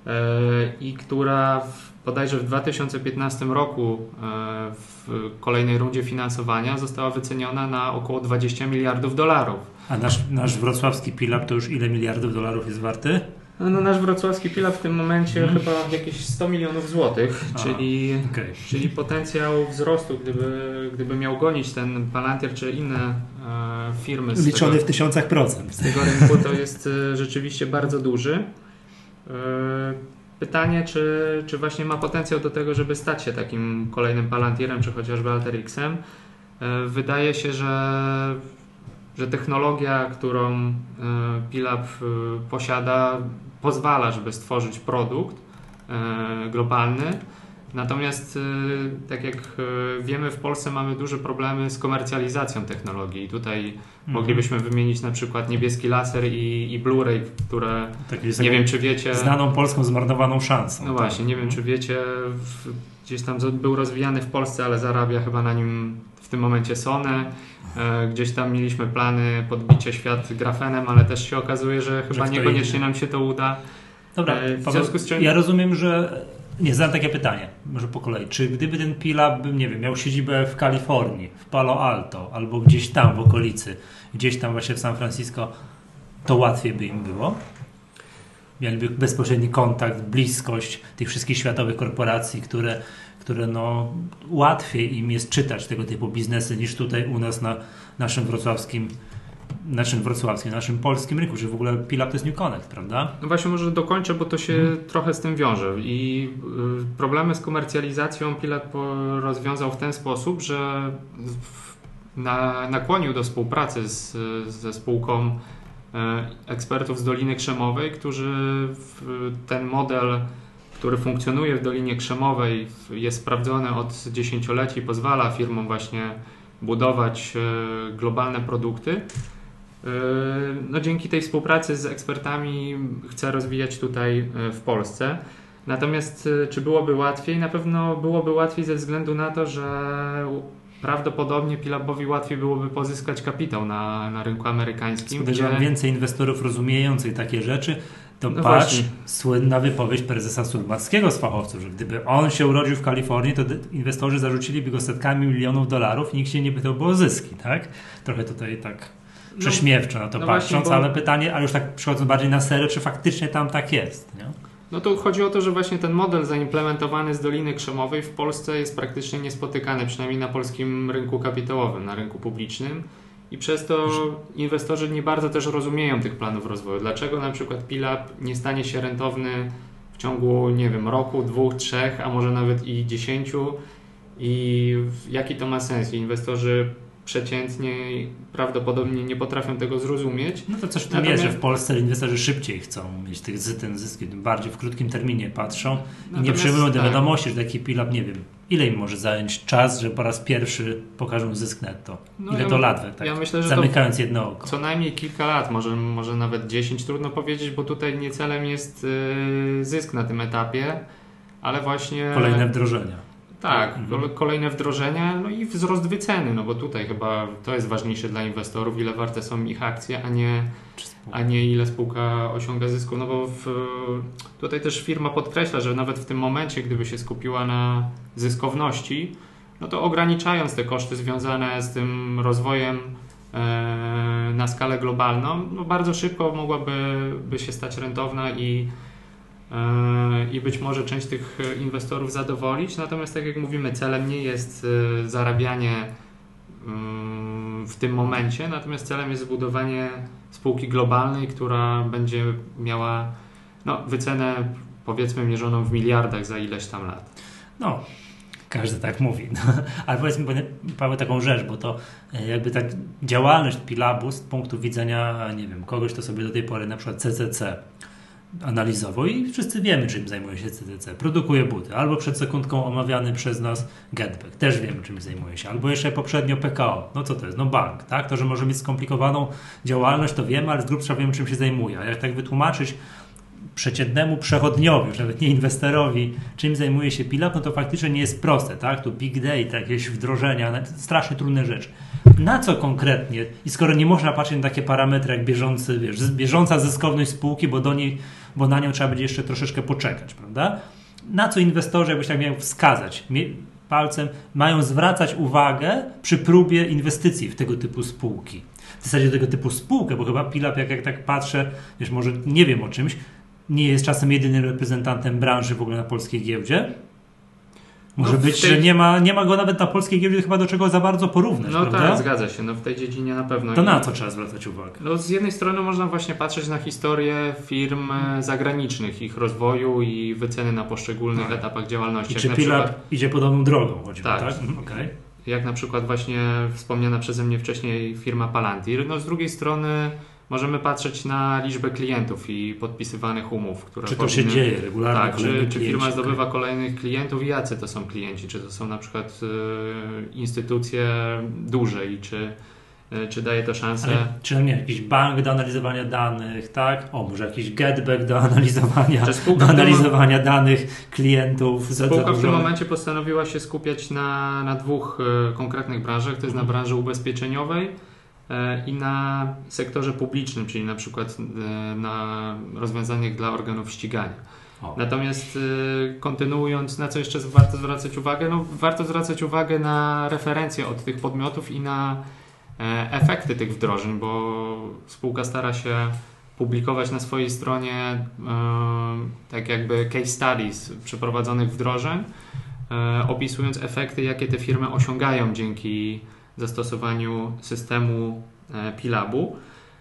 i która w, bodajże w dwa tysiące piętnastym roku w kolejnej rundzie finansowania została wyceniona na około dwadzieścia miliardów dolarów. A nasz, nasz wrocławski Pilab to już ile miliardów dolarów jest warty? No, nasz wrocławski Pilab w tym momencie hmm. chyba jakieś sto milionów złotych, A, czyli, okay. czyli potencjał wzrostu, gdyby, gdyby miał gonić ten Palantir czy inne e, firmy. Z Liczony tego, w tysiącach procent. Z tego rynku to jest e, rzeczywiście bardzo duży. E, pytanie, czy, czy właśnie ma potencjał do tego, żeby stać się takim kolejnym Palantirem, czy chociażby Alteryxem. E, wydaje się, że że technologia, którą Pilab posiada, pozwala, żeby stworzyć produkt globalny. Natomiast, tak jak wiemy, w Polsce mamy duże problemy z komercjalizacją technologii. Tutaj mhm. moglibyśmy wymienić na przykład niebieski laser i, i Blu-ray, które tak nie wiem, czy wiecie... Znaną polską zmarnowaną szansą. No tak. Właśnie, nie wiem, czy wiecie, w, gdzieś tam był rozwijany w Polsce, ale zarabia chyba na nim w tym momencie Sony. Gdzieś tam mieliśmy plany podbicia świat grafenem, ale też się okazuje, że chyba że niekoniecznie nam się to uda. Dobra, w związku z czym... ja rozumiem, że... Nie, zadam takie pytanie, może po kolei. Czy gdyby ten Pilab, nie wiem, miał siedzibę w Kalifornii, w Palo Alto, albo gdzieś tam w okolicy, gdzieś tam właśnie w San Francisco, to łatwiej by im było? Mieliby bezpośredni kontakt, bliskość tych wszystkich światowych korporacji, które, które no, łatwiej im jest czytać tego typu biznesy niż tutaj u nas na naszym wrocławskim naszym wrocławskim, naszym polskim rynku, że w ogóle Pilab to jest New Connect, prawda? No właśnie może dokończę, bo to się hmm. trochę z tym wiąże i y, problemy z komercjalizacją Pilab rozwiązał w ten sposób, że na, nakłonił do współpracy z, ze spółką y, ekspertów z Doliny Krzemowej, którzy w, ten model, który funkcjonuje w Dolinie Krzemowej, jest sprawdzony od dziesięcioleci, pozwala firmom właśnie budować y, globalne produkty. No, dzięki tej współpracy z ekspertami chcę rozwijać tutaj w Polsce. Natomiast czy byłoby łatwiej? Na pewno byłoby łatwiej ze względu na to, że prawdopodobnie Pilabowi łatwiej byłoby pozyskać kapitał na, na rynku amerykańskim. Podejrzewam, gdzie... więcej inwestorów rozumiejących takie rzeczy. To no patrz, właśnie. Słynna wypowiedź prezesa Surmackiego z fachowców, że gdyby on się urodził w Kalifornii, to inwestorzy zarzuciliby go setkami milionów dolarów i nikt się nie pytałby o zyski, tak? Trochę tutaj tak prześmiewczo na to no patrząc, właśnie, bo... ale pytanie, a już tak przychodząc bardziej na serio, czy faktycznie tam tak jest, nie? No to chodzi o to, że właśnie ten model zaimplementowany z Doliny Krzemowej w Polsce jest praktycznie niespotykany, przynajmniej na polskim rynku kapitałowym, na rynku publicznym i przez to inwestorzy nie bardzo też rozumieją tych planów rozwoju. Dlaczego na przykład Pilab nie stanie się rentowny w ciągu, nie wiem, roku, dwóch, trzech, a może nawet i dziesięciu i jaki to ma sens? Inwestorzy przeciętnie prawdopodobnie nie potrafią tego zrozumieć. No to coś w tym jest, że w Polsce inwestorzy szybciej chcą mieć tych, ten zysk, bardziej w krótkim terminie patrzą i nie przyjmują do wiadomości, że taki Pilab, nie wiem, ile im może zająć czas, że po raz pierwszy pokażą zysk netto. Ile no ja to lat, tak, ja myślę, że zamykając jedno oko. Co najmniej kilka lat, może, może nawet dziesięć, trudno powiedzieć, bo tutaj nie celem jest yy, zysk na tym etapie, ale właśnie... Kolejne wdrożenia. Tak, mhm. kolejne wdrożenia, no i wzrost wyceny, no bo tutaj chyba to jest ważniejsze dla inwestorów, ile warte są ich akcje, a nie, a nie ile spółka osiąga zysku, no bo w, tutaj też firma podkreśla, że nawet w tym momencie, gdyby się skupiła na zyskowności, no to ograniczając te koszty związane z tym rozwojem e, na skalę globalną, no bardzo szybko mogłaby by się stać rentowna i i być może część tych inwestorów zadowolić, natomiast tak jak mówimy, celem nie jest zarabianie w tym momencie, natomiast celem jest zbudowanie spółki globalnej, która będzie miała no, wycenę powiedzmy mierzoną w miliardach za ileś tam lat. No, każdy tak mówi. No, ale powiedzmy, Paweł, taką rzecz, bo to jakby tak działalność Pilabu z punktu widzenia, nie wiem, kogoś, kto sobie do tej pory na przykład C C C analizował i wszyscy wiemy, czym zajmuje się C C C. Produkuje buty. Albo przed sekundką omawiany przez nas Getback. Też wiemy, czym zajmuje się. Albo jeszcze poprzednio P K O. No co to jest? No bank. Tak? To, że może mieć skomplikowaną działalność, to wiemy, ale z grubsza wiemy, czym się zajmuje. A jak tak wytłumaczyć przeciętnemu przechodniowi, już nawet nie inwestorowi, czym zajmuje się Pilab, no to faktycznie nie jest proste. Tak? Tu big data, jakieś wdrożenia, strasznie trudne rzeczy. Na co konkretnie? I skoro nie można patrzeć na takie parametry jak bieżący, wiesz, bieżąca zyskowność spółki, bo do niej bo na nią trzeba będzie jeszcze troszeczkę poczekać, prawda? Na co inwestorzy, jakbyś tak miał wskazać palcem, mają zwracać uwagę przy próbie inwestycji w tego typu spółki. W zasadzie tego typu spółkę, bo chyba Pilab, jak, jak tak patrzę, wiesz, może nie wiem o czymś, nie jest czasem jedynym reprezentantem branży w ogóle na polskiej giełdzie. Może no być, tej... że nie ma, nie ma go nawet na polskiej giełdzie chyba do czego za bardzo porównać, no prawda? tak, zgadza się. No w tej dziedzinie na pewno. To I... na co trzeba zwracać uwagę? No z jednej strony można właśnie patrzeć na historię firm zagranicznych, ich rozwoju i wyceny na poszczególnych tak. etapach działalności. I czy Pilab przykład... idzie podobną drogą? Choćby, tak. tak? Okay. Jak na przykład właśnie wspomniana przeze mnie wcześniej firma Palantir. No z drugiej strony możemy patrzeć na liczbę klientów i podpisywanych umów. Które czy to powinny... się dzieje regularnie? Tak, czy, czy firma zdobywa kolejnych klientów i jacy to są klienci? Czy to są na przykład y, instytucje duże i czy, y, czy daje to szansę? Ale, czy nie, jakiś bank do analizowania danych, tak? O, może jakiś getback do analizowania, do analizowania tym... danych klientów. Spółka w tym momencie postanowiła się skupiać na, na dwóch y, konkretnych branżach. To jest na branży ubezpieczeniowej i na sektorze publicznym, czyli na przykład na rozwiązaniach dla organów ścigania. O. Natomiast kontynuując, na co jeszcze warto zwracać uwagę? No, warto zwracać uwagę na referencje od tych podmiotów i na efekty tych wdrożeń, bo spółka stara się publikować na swojej stronie tak jakby case studies przeprowadzonych wdrożeń, opisując efekty, jakie te firmy osiągają dzięki zastosowaniu systemu Pilabu.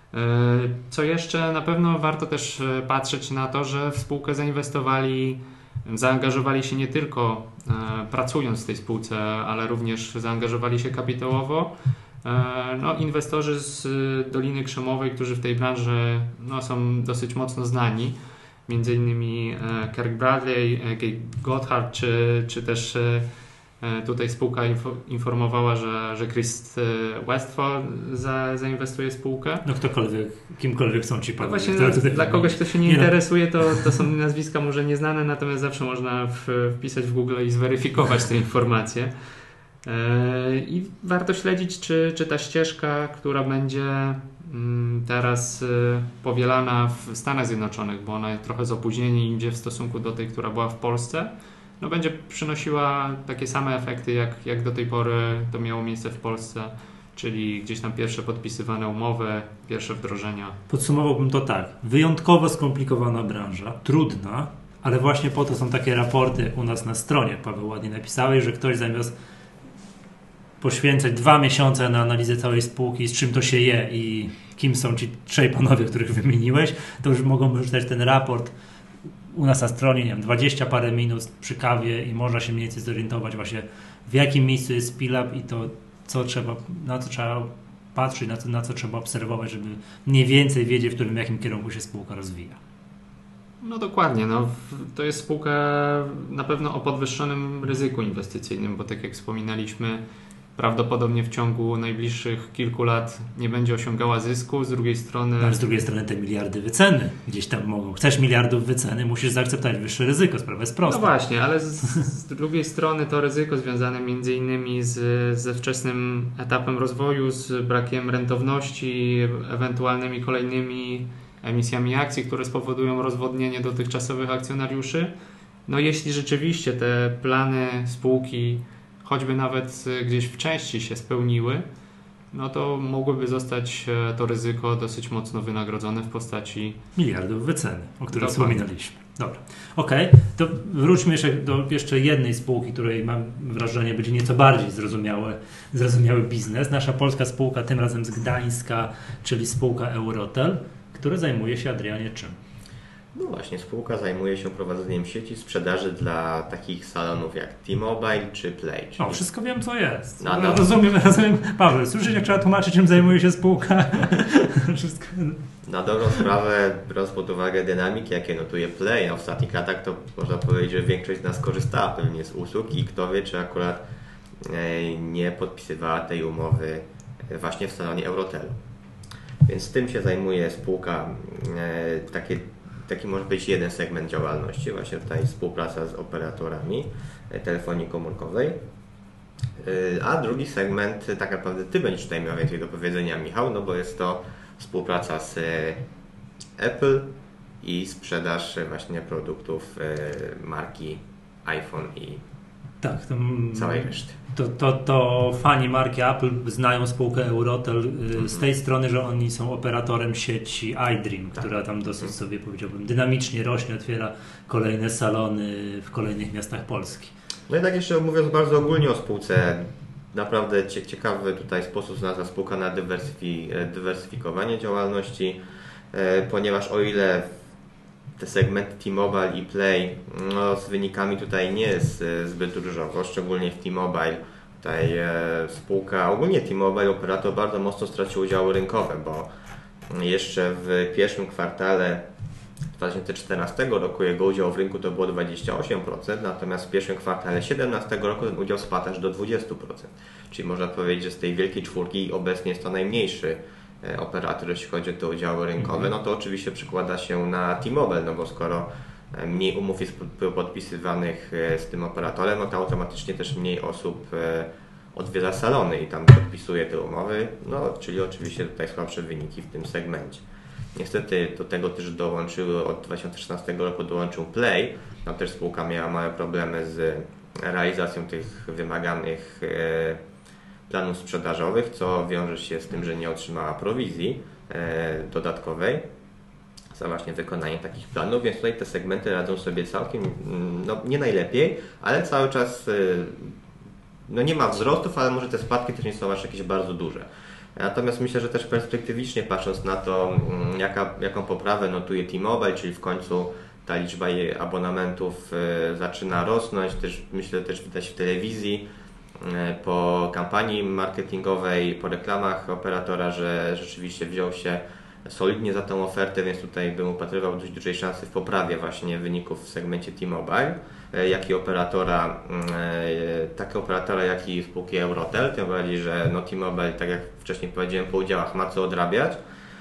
Co jeszcze, na pewno warto też patrzeć na to, że w spółkę zainwestowali, zaangażowali się nie tylko pracując w tej spółce, ale również zaangażowali się kapitałowo. No, inwestorzy z Doliny Krzemowej, którzy w tej branży no, są dosyć mocno znani, między innymi Kirk Bradley, Gay Gotthard, czy, czy też tutaj spółka informowała, że, że Chris Westphal za, zainwestuje w spółkę. No ktokolwiek, kimkolwiek są ci panowie. No właśnie, no, dla kogoś, kto się nie, nie interesuje, to, to są nazwiska może nieznane, natomiast zawsze można w, wpisać w Google i zweryfikować te informacje. I warto śledzić, czy, czy ta ścieżka, która będzie teraz powielana w Stanach Zjednoczonych, bo ona trochę z opóźnieniem idzie w stosunku do tej, która była w Polsce, no będzie przynosiła takie same efekty, jak, jak do tej pory to miało miejsce w Polsce, czyli gdzieś tam pierwsze podpisywane umowy, pierwsze wdrożenia. Podsumowałbym to tak. Wyjątkowo skomplikowana branża, trudna, ale właśnie po to są takie raporty jak u nas na stronie. Paweł ładnie napisałeś, że ktoś zamiast poświęcać dwa miesiące na analizę całej spółki, z czym to się je i kim są ci trzej panowie, których wymieniłeś, to już mogą przeczytać ten raport u nas na stronie, nie wiem, dwadzieścia parę minut przy kawie i można się mniej więcej zorientować właśnie, w jakim miejscu jest Pilab i to, co trzeba, na co trzeba patrzeć, na co, na co trzeba obserwować, żeby mniej więcej wiedzieć, w którym jakim kierunku się spółka rozwija. No dokładnie, no, to jest spółka na pewno o podwyższonym ryzyku inwestycyjnym, bo tak jak wspominaliśmy, prawdopodobnie w ciągu najbliższych kilku lat nie będzie osiągała zysku, z drugiej strony... Ale z drugiej strony te miliardy wyceny gdzieś tam mogą. Chcesz miliardów wyceny, musisz zaakceptować wyższe ryzyko, sprawa jest prosta. No właśnie, ale z, z drugiej strony to ryzyko związane między innymi z, ze wczesnym etapem rozwoju, z brakiem rentowności, ewentualnymi kolejnymi emisjami akcji, które spowodują rozwodnienie dotychczasowych akcjonariuszy. No jeśli rzeczywiście te plany spółki choćby nawet gdzieś w części się spełniły, no to mogłoby zostać to ryzyko dosyć mocno wynagrodzone w postaci miliardów wyceny, o których wspominaliśmy. Dobra, okej, okay. To wróćmy jeszcze do jeszcze jednej spółki, której mam wrażenie będzie nieco bardziej zrozumiały, zrozumiały biznes. Nasza polska spółka, tym razem z Gdańska, czyli spółka Eurotel, która zajmuje się, Adrianie, czym? No właśnie, spółka zajmuje się prowadzeniem sieci sprzedaży dla takich salonów jak T-Mobile czy Play. Czyli... O, wszystko wiem, co jest. No, no. Rozumiem, rozumiem. Paweł, słyszysz, jak trzeba tłumaczyć, czym zajmuje się spółka? Wszystko... Na dobrą sprawę, biorąc pod uwagę dynamiki, jakie notuje Play, a w ostatnich latach to można powiedzieć, że większość z nas korzystała pewnie z usług i kto wie, czy akurat nie podpisywała tej umowy właśnie w salonie Eurotelu. Więc tym się zajmuje spółka, takie Taki może być jeden segment działalności, właśnie tutaj współpraca z operatorami telefonii komórkowej. A drugi segment, tak naprawdę Ty będziesz tutaj miał więcej do powiedzenia, Michał, no bo jest to współpraca z Apple i sprzedaż właśnie produktów marki iPhone i tak, to, całej reszty. To, to, to fani marki Apple znają spółkę Eurotel mm-hmm. z tej strony, że oni są operatorem sieci iDream, tak. która tam dosyć mm-hmm. sobie, powiedziałbym, dynamicznie rośnie, otwiera kolejne salony w kolejnych miastach Polski. No i tak jeszcze mówiąc bardzo ogólnie o spółce, naprawdę ciekawy tutaj sposób znalazła spółka na dywersyfi, dywersyfikowanie działalności, ponieważ o ile te segmenty T-Mobile i Play no, z wynikami tutaj nie jest zbyt różowo, szczególnie w T-Mobile. Tutaj e, spółka, ogólnie T-Mobile, operator bardzo mocno stracił udziały rynkowe, bo jeszcze w pierwszym kwartale dwa tysiące czternastego roku jego udział w rynku to było dwadzieścia osiem procent, natomiast w pierwszym kwartale dwa tysiące siedemnastego roku ten udział spadł aż do dwadzieścia procent. Czyli można powiedzieć, że z tej wielkiej czwórki obecnie jest to najmniejszy operator, jeśli chodzi o te udziały rynkowe, no to oczywiście przekłada się na T-Mobile, no bo skoro mniej umów jest podpisywanych z tym operatorem, no to automatycznie też mniej osób odwiedza salony i tam podpisuje te umowy, no czyli oczywiście tutaj słabsze wyniki w tym segmencie. Niestety do tego też dołączyły, od dwa tysiące szesnastego roku dołączył Play, tam też spółka miała małe problemy z realizacją tych wymaganych planów sprzedażowych, co wiąże się z tym, że nie otrzymała prowizji e, dodatkowej za właśnie wykonanie takich planów, więc tutaj te segmenty radzą sobie całkiem, no nie najlepiej, ale cały czas e, no nie ma wzrostów, ale może te spadki też nie są aż jakieś bardzo duże. Natomiast myślę, że też perspektywicznie patrząc na to, jaka, jaką poprawę notuje T-Mobile, czyli w końcu ta liczba jej abonamentów e, zaczyna rosnąć, też myślę też widać w telewizji, po kampanii marketingowej, po reklamach operatora, że rzeczywiście wziął się solidnie za tą ofertę, więc tutaj bym upatrywał dość dużej szansy w poprawie właśnie wyników w segmencie T-Mobile, jak i operatora, takiego operatora, jak i spółki Eurotel, tym bardziej, że no T-Mobile, tak jak wcześniej powiedziałem, po udziałach ma co odrabiać,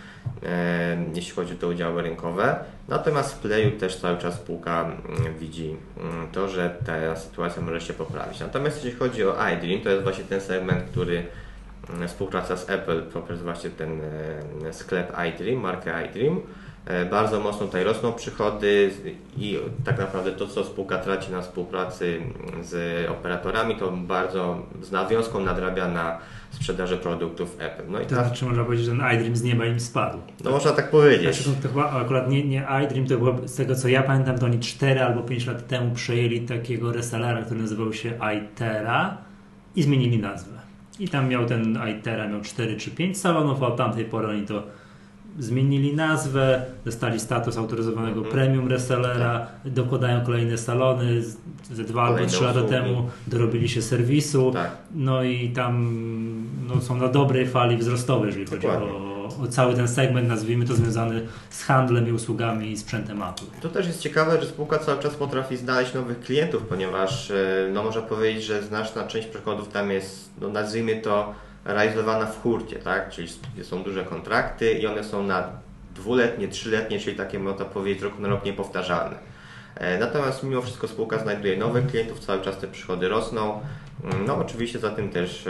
jeśli chodzi o te udziały rynkowe. Natomiast w Playu też cały czas spółka widzi to, że ta sytuacja może się poprawić. Natomiast jeśli chodzi o iDream, to jest właśnie ten segment, który współpraca z Apple, to jest właśnie ten sklep iDream, markę iDream. Bardzo mocno tutaj rosną przychody i tak naprawdę to, co spółka traci na współpracy z operatorami, to bardzo z nawiązką nadrabia na sprzedaży produktów Apple. No i to znaczy można powiedzieć, że ten iDream z nieba im spadł. No tak? Można tak powiedzieć. Znaczy, to chyba akurat nie, nie iDream, to było, z tego co ja pamiętam, to oni cztery albo pięć lat temu przejęli takiego resellera, który nazywał się iTera i zmienili nazwę. I tam miał ten iTera, miał cztery czy pięć salonów, a od tamtej pory oni to zmienili nazwę, dostali status autoryzowanego mm-hmm. premium resellera, dokładają kolejne salony, ze dwa albo trzy lata temu dorobili się serwisu, tak. No i tam no, są na dobrej fali wzrostowej, jeżeli chodzi o, o cały ten segment, nazwijmy to, związany z handlem i usługami i sprzętem Apple. To też jest ciekawe, że spółka cały czas potrafi znaleźć nowych klientów, ponieważ no, można powiedzieć, że znaczna część przychodów tam jest, no, nazwijmy to, realizowana w hurcie, tak? Czyli są duże kontrakty i one są na dwuletnie, trzyletnie, czyli takie, można powiedzieć, rok na rok niepowtarzalne. Natomiast mimo wszystko spółka znajduje nowych klientów, cały czas te przychody rosną. No oczywiście za tym też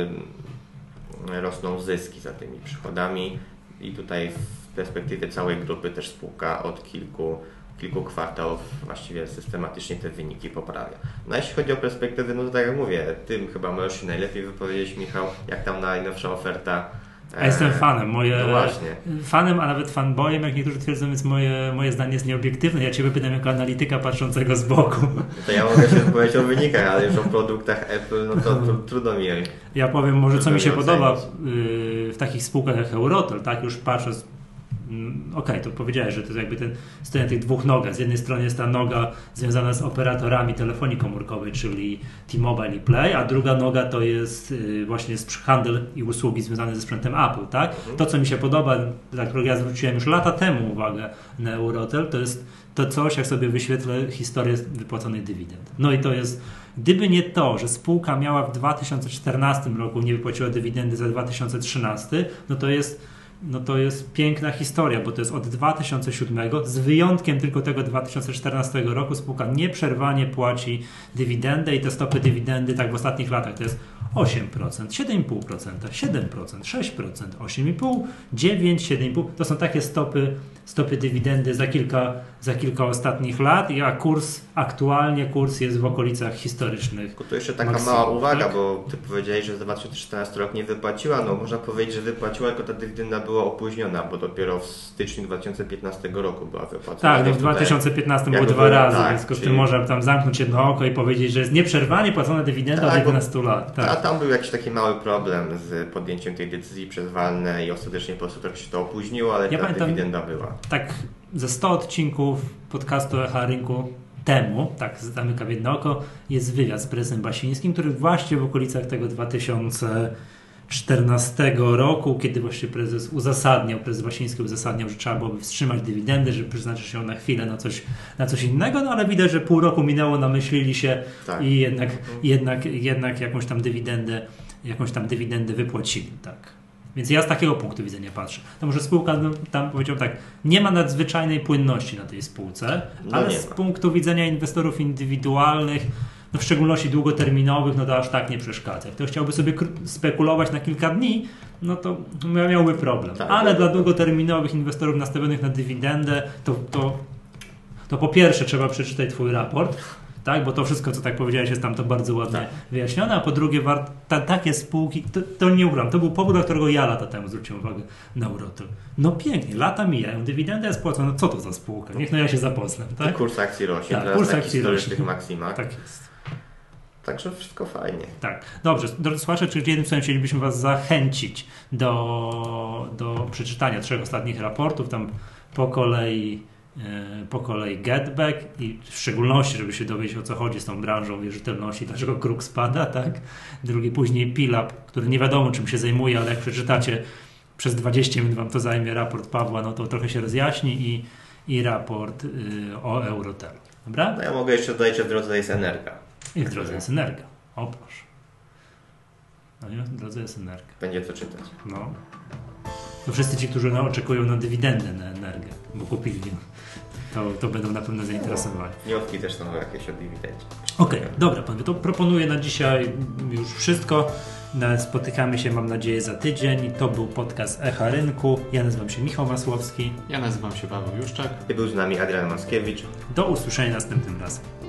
rosną zyski za tymi przychodami i tutaj w perspektywie całej grupy też spółka od kilku kilku kwartałów właściwie systematycznie te wyniki poprawia. No jeśli chodzi o perspektywy, no to tak jak mówię, Ty chyba możesz się najlepiej wypowiedzieć, Michał, jak tam najnowsza oferta. Ja jestem fanem, moje, no właśnie. fanem, a nawet fanboyem, jak niektórzy twierdzą, więc moje, moje zdanie jest nieobiektywne. Ja Ciebie pytam jako analityka patrzącego z boku. To ja mogę się wypowiedzieć o wynikach, ale już o produktach Apple, no to tr- trudno mi. Ja powiem może, co mi się podoba w, w takich spółkach jak Eurotel, tak, już patrząc. Okej, okay, to powiedziałeś, że to jest jakby ten stoi na tych dwóch nogach. Z jednej strony jest ta noga związana z operatorami telefonii komórkowej, czyli T-Mobile i Play, a druga noga to jest właśnie handel i usługi związane ze sprzętem Apple, tak? Mhm. To, co mi się podoba, na którego ja zwróciłem już lata temu uwagę na Eurotel, to jest to coś, jak sobie wyświetlę historię wypłaconej dywidend. No i to jest, gdyby nie to, że spółka miała w dwa tysiące czternastym roku, nie wypłaciła dywidendy za dwa tysiące trzynasty, no to jest No to jest piękna historia, bo to jest od dwa tysiące siódmego, z wyjątkiem tylko tego dwa tysiące czternastego roku, spółka nieprzerwanie płaci dywidendę i te stopy dywidendy tak w ostatnich latach to jest osiem procent, siedem i pół procent, siedem procent, sześć procent, osiem i pół procent, dziewięć procent, siedem i pół procent. To są takie stopy, stopy dywidendy za kilka, za kilka ostatnich lat, a kurs, aktualnie kurs jest w okolicach historycznych. Tu jeszcze taka maksimum, mała uwaga, tak? bo Ty powiedziałeś, że za dwa tysiące czternasty rok nie wypłaciła. No można powiedzieć, że wypłaciła, tylko ta dywidenda była opóźniona, bo dopiero w styczniu dwa tysiące piętnastego roku była wypłacona. Tak, no w tutaj, dwa tysiące piętnastym było jakby, dwa razy, tak, więc w tym czyli- można tam zamknąć jedno oko i powiedzieć, że jest nieprzerwanie płacona dywidenda Tak, od bo- jedenastu lat. Tak. A tam był jakiś taki mały problem z podjęciem tej decyzji przez walne i ostatecznie po prostu trochę się to opóźniło, ale Ja ta pamiętam- dywidenda była. Tak ze sto odcinków podcastu Echa Rynku temu, tak zamykam jedno oko, jest wywiad z prezesem Basińskim, który właśnie w okolicach tego dwa tysiące czternastego roku, kiedy właśnie prezes uzasadniał, prezes Basiński uzasadniał, że trzeba byłoby wstrzymać dywidendę, żeby przeznaczyć ją na chwilę na coś, na coś innego, no ale widać, że pół roku minęło, namyślili się Tak. i jednak, jednak, jednak jakąś tam dywidendę, jakąś tam dywidendę wypłacili, tak. Więc ja z takiego punktu widzenia patrzę. To może spółka, no, tam powiedział tak, nie ma nadzwyczajnej płynności na tej spółce, No ale nie z ma. punktu widzenia inwestorów indywidualnych, no w szczególności długoterminowych, no to aż tak nie przeszkadza. Kto chciałby sobie kr- spekulować na kilka dni, no to miałby problem. Tak, ale tak. dla długoterminowych inwestorów nastawionych na dywidendę, to, to, to po pierwsze trzeba przeczytać Twój raport, tak, bo to wszystko, co tak powiedziałeś, jest tam to bardzo ładnie Tak. wyjaśnione, a po drugie war- ta, takie spółki, to, to nie ukrywam, to był powód, dla którego ja lata temu zwróciłem uwagę na Eurotel. No pięknie, lata mijają, dywidenda jest płacona, co to za spółka? Niech no ja się zapoznam, I tak? kurs akcji rośnie, Tak, teraz kurs na akcji historycznych rośnie. maksimach. Tak jest. Także wszystko fajnie. Tak. Dobrze, drodzy słuchacze, czyli jednym słowem chcielibyśmy Was zachęcić do, do przeczytania trzech ostatnich raportów, tam po kolei e, po kolei Getback i w szczególności, żeby się dowiedzieć, o co chodzi z tą branżą wierzytelności, dlaczego kruk spada, tak? Drugi później Pilab, który nie wiadomo czym się zajmuje, ale jak przeczytacie przez dwadzieścia minut Wam to zajmie raport Pawła, no to trochę się rozjaśni i, i raport y, o Eurotelu. Dobra? No ja mogę jeszcze dodać, że w drodze jest Energa. I w drodze jest Energa. O proszę. No nie, w drodze jest Energa. Będzie co czytać. No. To wszyscy ci, którzy no, oczekują na dywidendę na Energię, bo kupili ją, to, to będą na pewno zainteresowani. Wnioski też są jakieś o dywidendzie. Okej, okay, dobra panowie, to proponuję na dzisiaj już wszystko. Spotykamy się, mam nadzieję, za tydzień. To był podcast Echa Rynku. Ja nazywam się Michał Masłowski. Ja nazywam się Paweł Juszczak. I był z nami Adrian Mackiewicz. Do usłyszenia następnym razem.